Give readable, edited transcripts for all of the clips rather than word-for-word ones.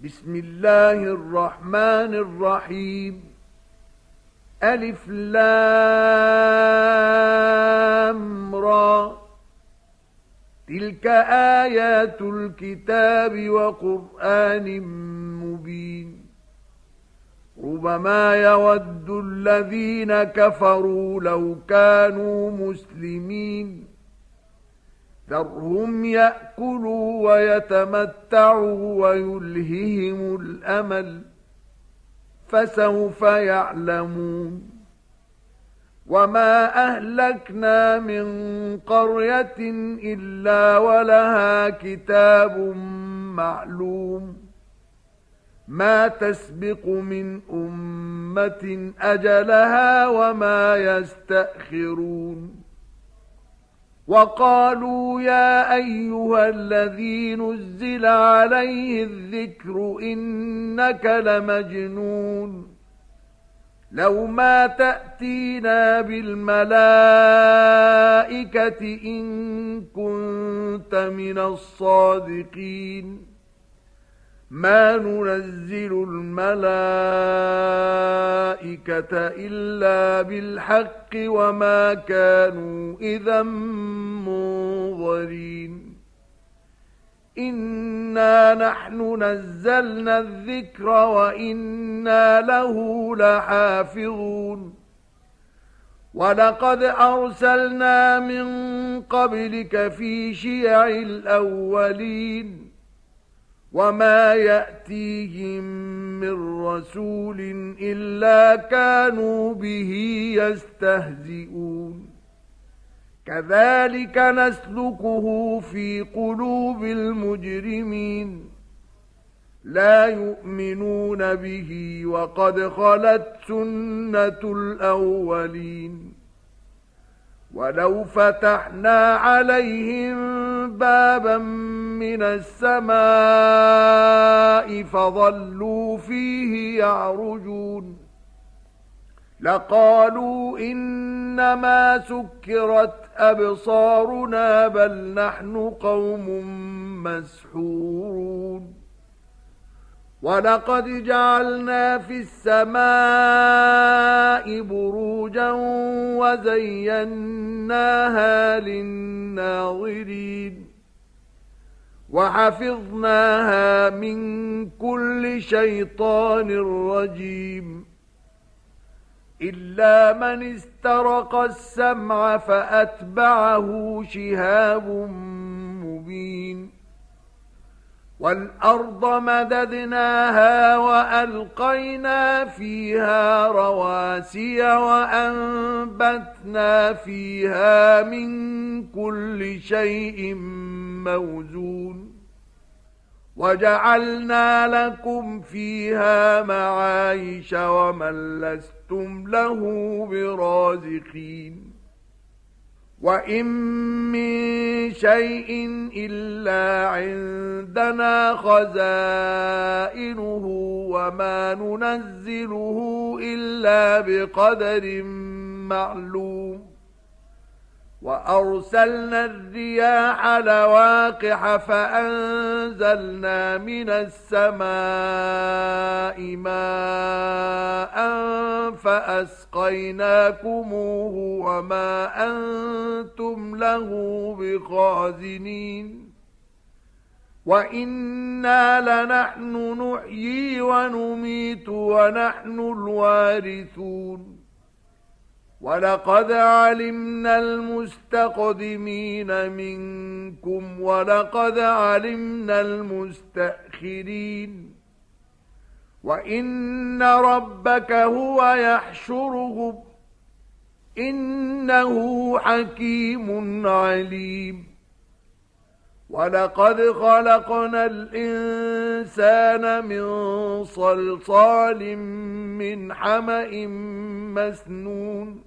بسم الله الرحمن الرحيم. ألف لام را. تلك آيات الكتاب وقرآن مبين. ربما يود الذين كفروا لو كانوا مسلمين. ذرهم يأكلوا ويتمتعوا ويلههم الأمل، فسوف يعلمون. وما أهلكنا من قرية إلا ولها كتاب معلوم، ما تسبق من أمة أجلها وما يستأخرون. وقالوا يا أيها الذي نزل عليه الذكر إنك لمجنون، لو ما تأتينا بالملائكة إن كنت من الصادقين. ما ننزل الملائكة إلا بالحق وما كانوا إذا منظرين. إنا نحن نزلنا الذكر وإنا له لحافظون. ولقد أرسلنا من قبلك في شيع الأولين، وما يأتيهم من رسول إلا كانوا به يستهزئون. كذلك نسلكه في قلوب المجرمين، لا يؤمنون به وقد خلت سنة الأولين. ولو فتحنا عليهم بابا من السماء فظلوا فيه يعرجون لقالوا إنما سكرت أبصارنا بل نحن قوم مسحورون. ولقد جعلنا في السماء بروجا وزيناها للناظرين، وحفظناها من كل شيطان رجيم. إلا من استرق السمع فأتبعه شهاب مبين. والأرض مددناها وألقينا فيها رواسي وأنبتنا فيها من كل شيء موزون. وجعلنا لكم فيها معايش ومن لستم له برازقين. وإن من شيء إلا عندنا خزائنه وما ننزله إلا بقدر معلوم. وأرسلنا الرياح لواقح فأنزلنا من السماء ماء فأسقيناكموه وما أنتم له بخازنين. وإنا لنحن نحيي ونميت ونحن الوارثون. ولقد علمنا المستقدمين منكم ولقد علمنا المستأخرين. وإن ربك هو يحشرهم إنه حكيم عليم. ولقد خلقنا الإنسان من صلصال من حمأ مسنون.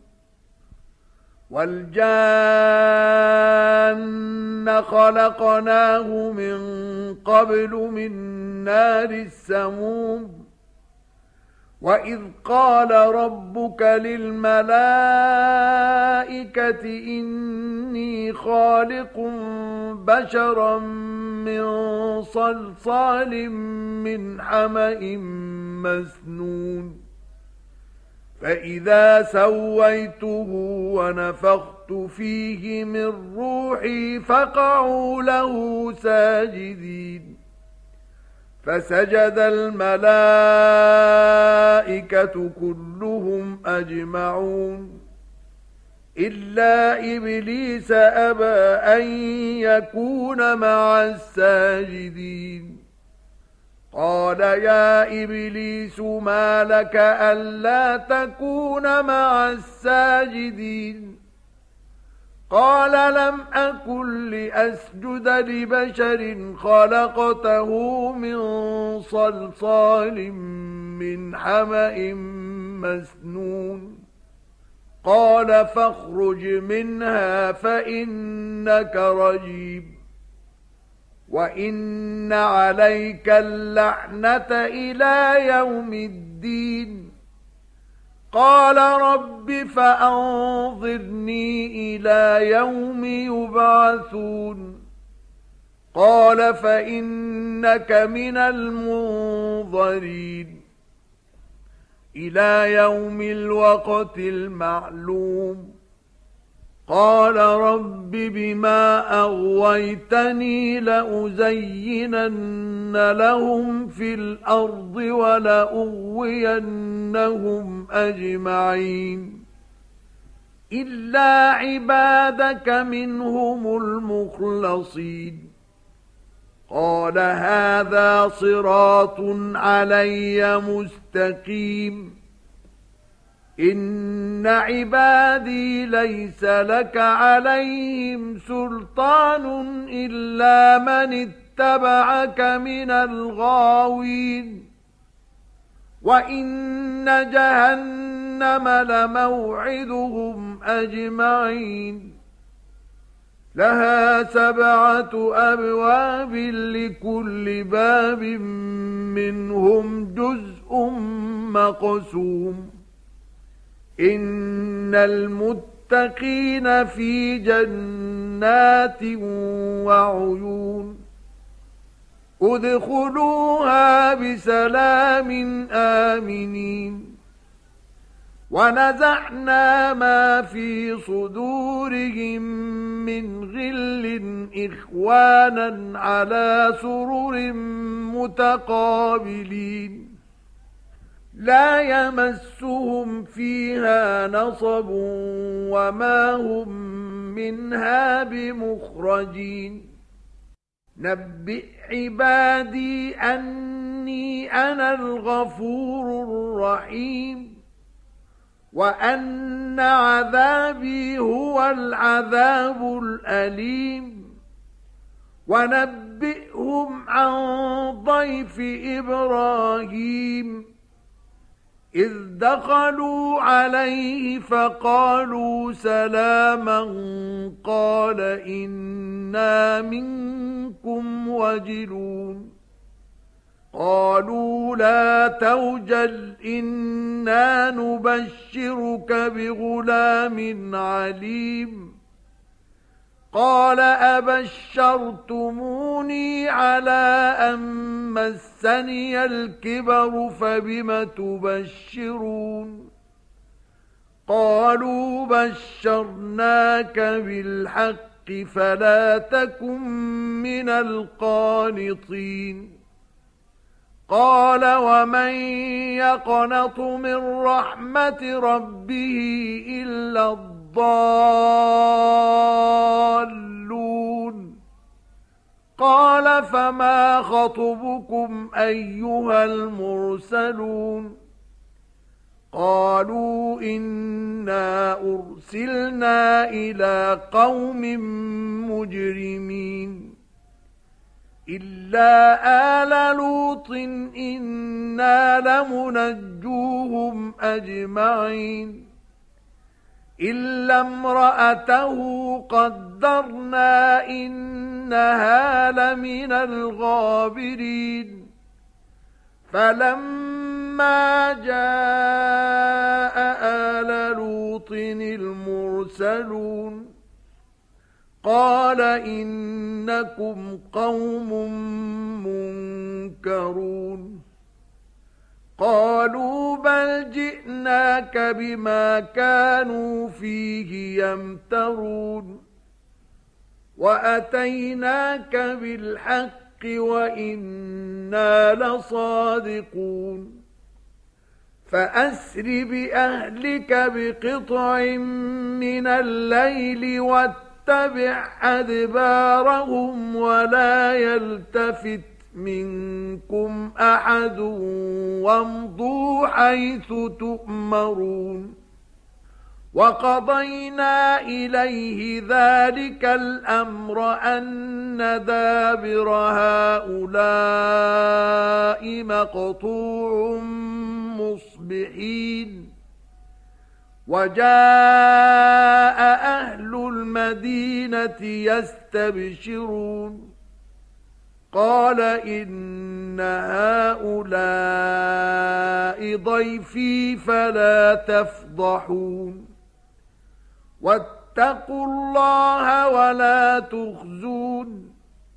والجان خلقناه من قبل من نار السموم. وَإِذْ قَالَ رَبُّكَ لِلْمَلَائِكَةِ إِنِّي خَالِقٌ بَشَرًا مِّن صَلْصَالٍ مِّنْ حَمَإٍ مَّسْنُونٍ فَإِذَا سَوَّيْتُهُ وَنَفَخْتُ فِيهِ مِنْ رُوحِي فَقَعُوا لَهُ سَاجِدِينَ فَسَجَدَ الْمَلَائِكَةُ كُلُّهُمْ أَجْمَعُونَ إِلَّا إِبْلِيسَ أَبَى أَن يَكُونَ مَعَ السَّاجِدِينَ قَالَ يَا إِبْلِيسُ مَا لَكَ أَلَّا تَكُونَ مَعَ السَّاجِدِينَ قَالَ لَمْ أَكُنْ لِأَسْجُدَ لِبَشَرٍ خَلَقْتَهُ مِنْ صَلْصَالٍ مِّنْ حَمَإٍ مَّسْنُونٍ قَالَ فَاخْرُجْ مِنْهَا فَإِنَّكَ رَجِيمٌ وَإِنَّ عَلَيْكَ اللَّعْنَةَ إِلَى يَوْمِ الدِّينِ قَالَ رَبِّ فَأَنظِرْنِي إِلَى يَوْمِ يُبْعَثُونَ قَالَ فَإِنَّكَ مِنَ الْمُنظَرِينَ إِلَى يَوْمِ الْوَقْتِ الْمَعْلُومِ قَالَ رَبِّ بِمَا أَغْوَيْتَنِي لَأُزَيِّنَنَّ لَهُمْ فِي الْأَرْضِ وَلَأُغْوِيَنَّهُمْ أَجْمَعِينَ إِلَّا عِبَادَكَ مِنْهُمُ الْمُخْلَصِينَ قَالَ هَذَا صِرَاطٌ عَلَيَّ مُسْتَقِيمٌ إِنَّ عِبَادِي لَيْسَ لَكَ عَلَيْهِمْ سُلْطَانٌ إِلَّا مَنِ اتَّبَعَكَ مِنَ الْغَاوِينَ وَإِنَّ جَهَنَّمَ لَمَوْعِدُهُمْ أَجْمَعِينَ لَهَا 7 أَبْوَابٍ لِكُلِّ بَابٍ مِّنْهُمْ جُزْءٌ مَّقْسُومٌ إِنَّ الْمُتَّقِينَ فِي جَنَّاتٍ وَعُيُونٍ ادْخُلُوهَا بِسَلَامٍ آمِنِينَ وَنَزَعْنَا مَا فِي صُدُورِهِم مِّنْ غِلٍّ إِخْوَانًا عَلَى سُرُرٍ مُتَقَابِلِينَ لَا يَمَسُّهُمْ فِيهَا نَصَبٌ وَمَا هُمْ مِنْهَا بِمُخْرَجِينَ نَبِّئْ عِبَادِي أَنِّي أَنَا الْغَفُورُ الرَّحِيمُ وَأَنَّ عَذَابِي هُوَ الْعَذَابُ الْأَلِيمُ وَنَبِّئْهُمْ عَنْ ضَيْفِ إِبْرَاهِيمَ إِذْ دَخَلُوا عَلَيْهِ فَقَالُوا سَلَامًا قَالَ إِنَّا مِنكُمْ وَجِلُونَ قَالُوا لَا تَوْجَلْ إِنَّا نُبَشِّرُكَ بِغُلَامٍ عَلِيمٍ قَالَ أَبَشَّرْتُمُونِي عَلَىٰ أَن مَّسَّنِيَ الْكِبَرُ فَبِمَ تُبَشِّرُونَ قَالُوا بَشَّرْنَاكَ بِالْحَقِّ فَلَا تَكُن مِّنَ الْقَانِطِينَ قَالَ وَمَن يَقْنَطُ مِن رَّحْمَةِ رَبِّهِ إِلَّا الضَّالُّونَ قَالَ فَمَا خَطْبُكُمْ أَيُّهَا الْمُرْسَلُونَ قَالُوا إِنَّا أُرْسِلْنَا إِلَى قَوْمٍ مُجْرِمِينَ إِلَّا آلَ لُوطٍ إِنَّا لَمُنَجُّوهُمْ أَجْمَعِينَ إِلَّا امْرَأَتَهُ قَدَّرْنَا إِنَّهَا لَمِنَ الْغَابِرِينَ فَلَمَّا فلما جاء آل لوط المرسلون قال إنكم قوم منكرون قالوا بل جئناك بما كانوا فيه يمترون وأتيناك بالحق وإنا لصادقون فأسر بأهلك بقطع من الليل واتبع أدبارهم ولا يلتفت منكم أحد وامضوا حيث تؤمرون وقضينا إليه ذلك الأمر أن دابر هؤلاء مقطوع مصبحين وجاء أهل المدينة يستبشرون قال إن هؤلاء ضيفي فلا تفضحون واتقوا الله ولا تخزون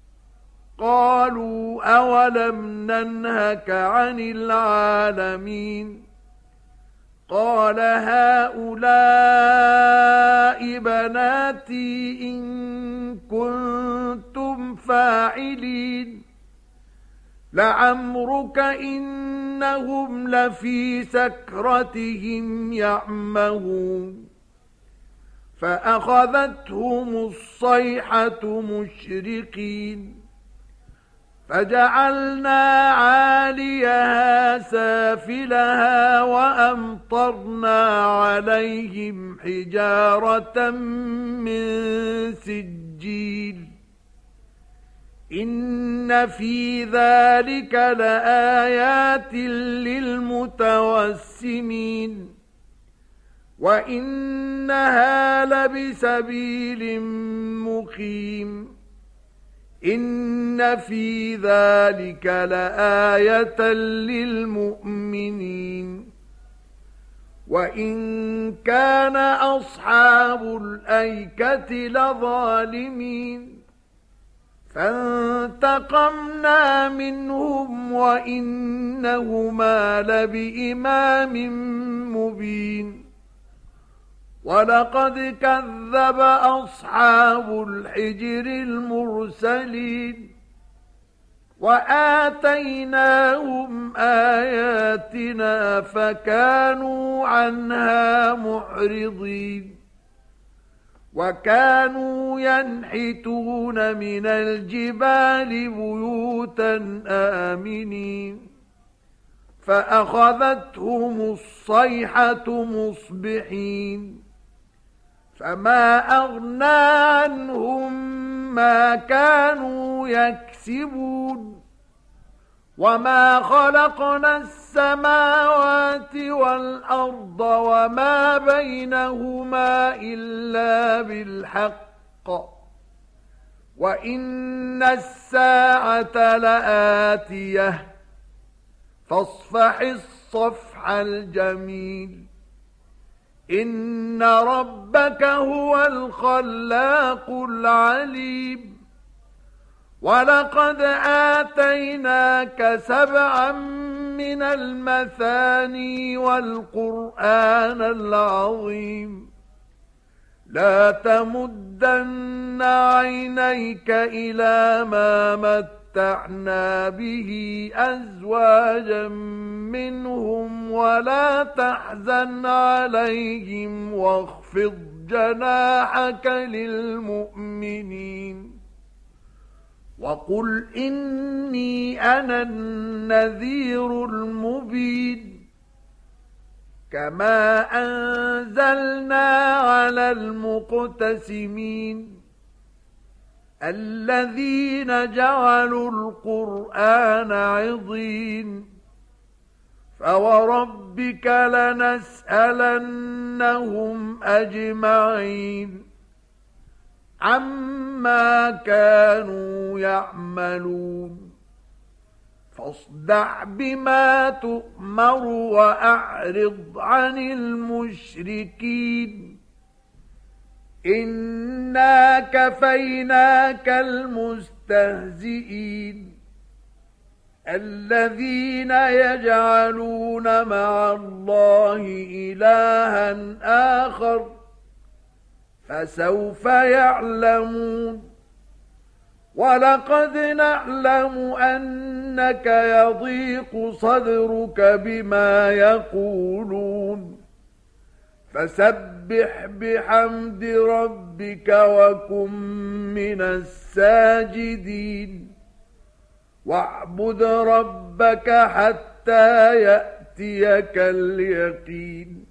قالوا أولم ننهك عن العالمين قال هؤلاء بناتي إن كنتم فاعلين لعمرك إنهم لفي سكرتهم يعمهون فأخذتهم الصيحة مشرقين فجعلنا عاليها سافلها وأمطرنا عليهم حجارة من سجيل إن في ذلك لآيات للمتوسمين وإنها لبسبيل مقيم إن في ذلك لآية للمؤمنين وإن كان أصحاب الأيكة لظالمين فانتقمنا منهم وإنهما لبإمام مبين ولقد كذب أصحاب الحجر المرسلين وآتيناهم آياتنا فكانوا عنها معرضين وكانوا ينحتون من الجبال بيوتا آمنين فأخذتهم الصيحة مصبحين فما أغنى عنهم ما كانوا يكسبون وما خلقنا السماوات والأرض وما بينهما إلا بالحق وإن الساعة لآتية فاصفح الصفح الجميل إن ربك هو الخلاق العليم ولقد آتيناك 7 من المثاني والقرآن العظيم لا تمدن عينيك إلى ما متعنا به أزواجا منهم ولا تحزن عليهم واخفض جناحك للمؤمنين وقل إني أنا النذير المبين كما أنزلنا على المقتسمين الذين جعلوا القرآن عضين فوربك لنسألنهم أجمعين عما كانوا يعملون فاصدع بما تؤمر وأعرض عن المشركين إنا كفيناك المستهزئين الذين يجعلون مع الله إلها آخر فسوف يعلمون ولقد نعلم أنك يضيق صدرك بما يقولون فسبح بحمد ربك وكن من الساجدين واعبد ربك حتى يأتيك اليقين